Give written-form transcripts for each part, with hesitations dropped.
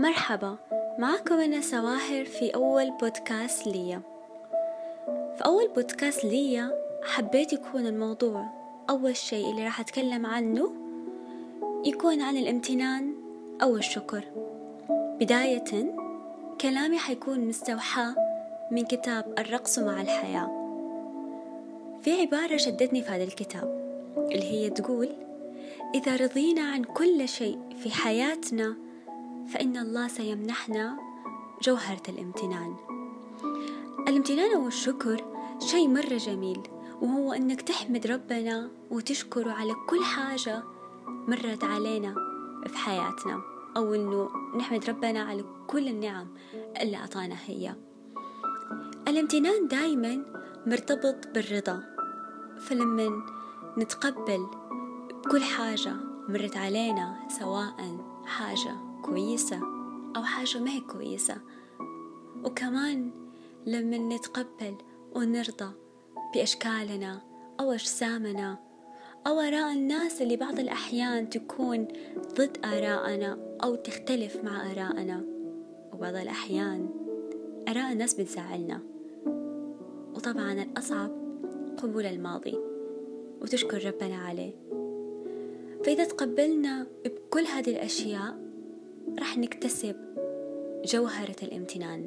مرحبا، معكم أنا سواهر في أول بودكاست لي. في أول بودكاست لي حبيت يكون الموضوع أول شيء اللي راح أتكلم عنه يكون عن الامتنان أو الشكر. بداية كلامي حيكون مستوحى من كتاب الرقص مع الحياة. في عبارة شدتني في هذا الكتاب اللي هي تقول: إذا رضينا عن كل شيء في حياتنا فإن الله سيمنحنا جوهرة الامتنان. الامتنان والشكر شيء مرة جميل، وهو أنك تحمد ربنا وتشكره على كل حاجة مرت علينا في حياتنا، أو أنه نحمد ربنا على كل النعم اللي أعطانا هي. الامتنان دايما مرتبط بالرضا، فلما نتقبل كل حاجة مرت علينا، سواء حاجة كويسة أو حاجة ما هي كويسة، وكمان لما نتقبل ونرضى بأشكالنا أو أجسامنا أو آراء الناس اللي بعض الأحيان تكون ضد آراءنا أو تختلف مع آراءنا، وبعض الأحيان آراء الناس بتزعلنا، وطبعا الأصعب قبول الماضي وتشكر ربنا عليه. فإذا تقبلنا بكل هذه الأشياء رح نكتسب جوهرة الامتنان.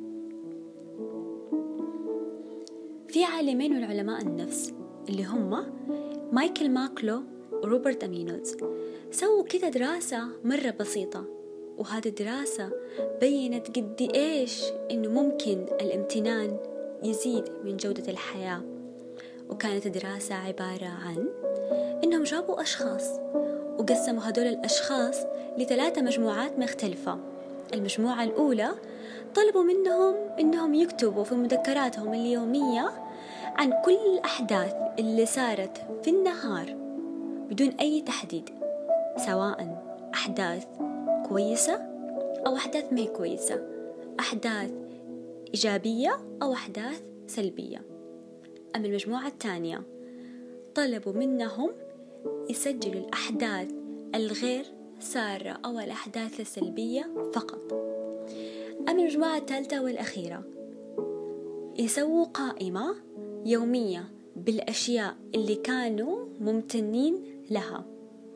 في عالمين من علماء النفس اللي هم مايكل ماكلو وروبرت أمينوز سووا كده دراسة مرة بسيطة، وهذه الدراسة بيّنت قد إيش إنه ممكن الامتنان يزيد من جودة الحياة. وكانت الدراسة عبارة عن إنهم جابوا أشخاص وقسموا هدول الأشخاص ل3 مجموعات مختلفة. المجموعة الأولى طلبوا منهم إنهم يكتبوا في مذكراتهم اليومية عن كل الأحداث اللي صارت في النهار بدون أي تحديد، سواء أحداث كويسة أو أحداث ما هي كويسة، أحداث إيجابية أو أحداث سلبية. أما المجموعة الثانية طلبوا منهم يسجلوا الأحداث الغير سارة أو الأحداث السلبية فقط. أما المجموعة الثالثة والأخيرة يسووا قائمة يومية بالأشياء اللي كانوا ممتنين لها.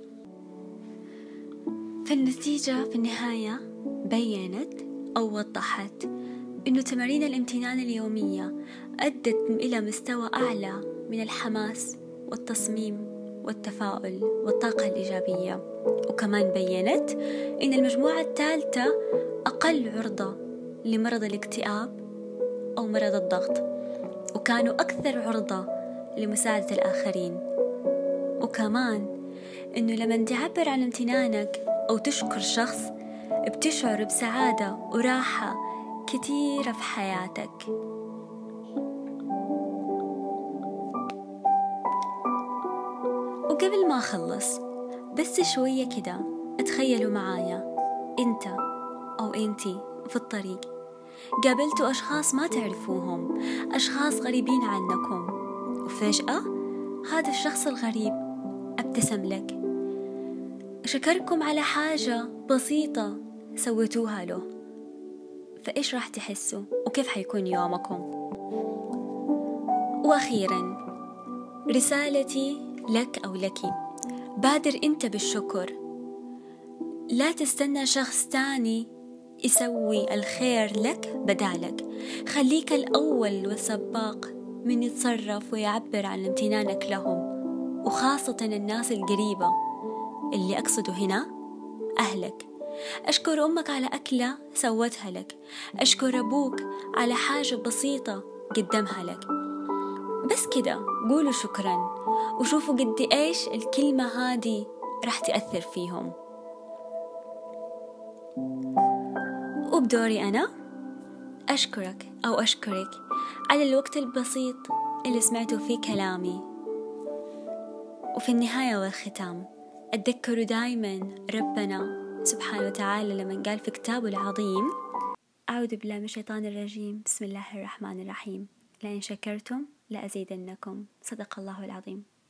فالنتيجة في النهاية بيّنت أو وضحت إنه تمارين الامتنان اليومية أدت إلى مستوى أعلى من الحماس والتصميم والتفاؤل والطاقة الإيجابية. وكمان بيّنت إن المجموعة الثالثة أقل عرضة لمرض الاكتئاب أو مرض الضغط، وكانوا أكثر عرضة لمساعدة الآخرين. وكمان إنه لما تعبر عن امتنانك أو تشكر شخص بتشعر بسعادة وراحة كثيرة في حياتك. وقبل ما أخلص بس شوية كده اتخيلوا معايا انت أو انتي في الطريق قابلتوا أشخاص ما تعرفوهم، أشخاص غريبين عنكم، وفجأة هذا الشخص الغريب ابتسم لك، شكركم على حاجة بسيطة سويتوها له. فإيش راح تحسوا وكيف حيكون يومكم؟ وأخيرا رسالتي لك أو لك: بادر أنت بالشكر، لا تستنى شخص تاني يسوي الخير لك بدالك. خليك الأول والسباق من يتصرف ويعبر عن امتنانك لهم، وخاصة الناس القريبة اللي أقصده هنا أهلك. أشكر أمك على أكلة سوتها لك، أشكر أبوك على حاجة بسيطة قدمها لك. بس كده قولوا شكرا وشوفوا قد إيش الكلمة هذه راح تأثر فيهم. وبدوري أنا أشكرك أو أشكرك على الوقت البسيط اللي سمعتوا فيه كلامي. وفي النهاية والختام أتذكروا دايما ربنا سبحانه وتعالى لما قال في كتابه العظيم: أعوذ بالله من الشيطان الرجيم، بسم الله الرحمن الرحيم، لئن شكرتم لأزيدنكم، صدق الله العظيم.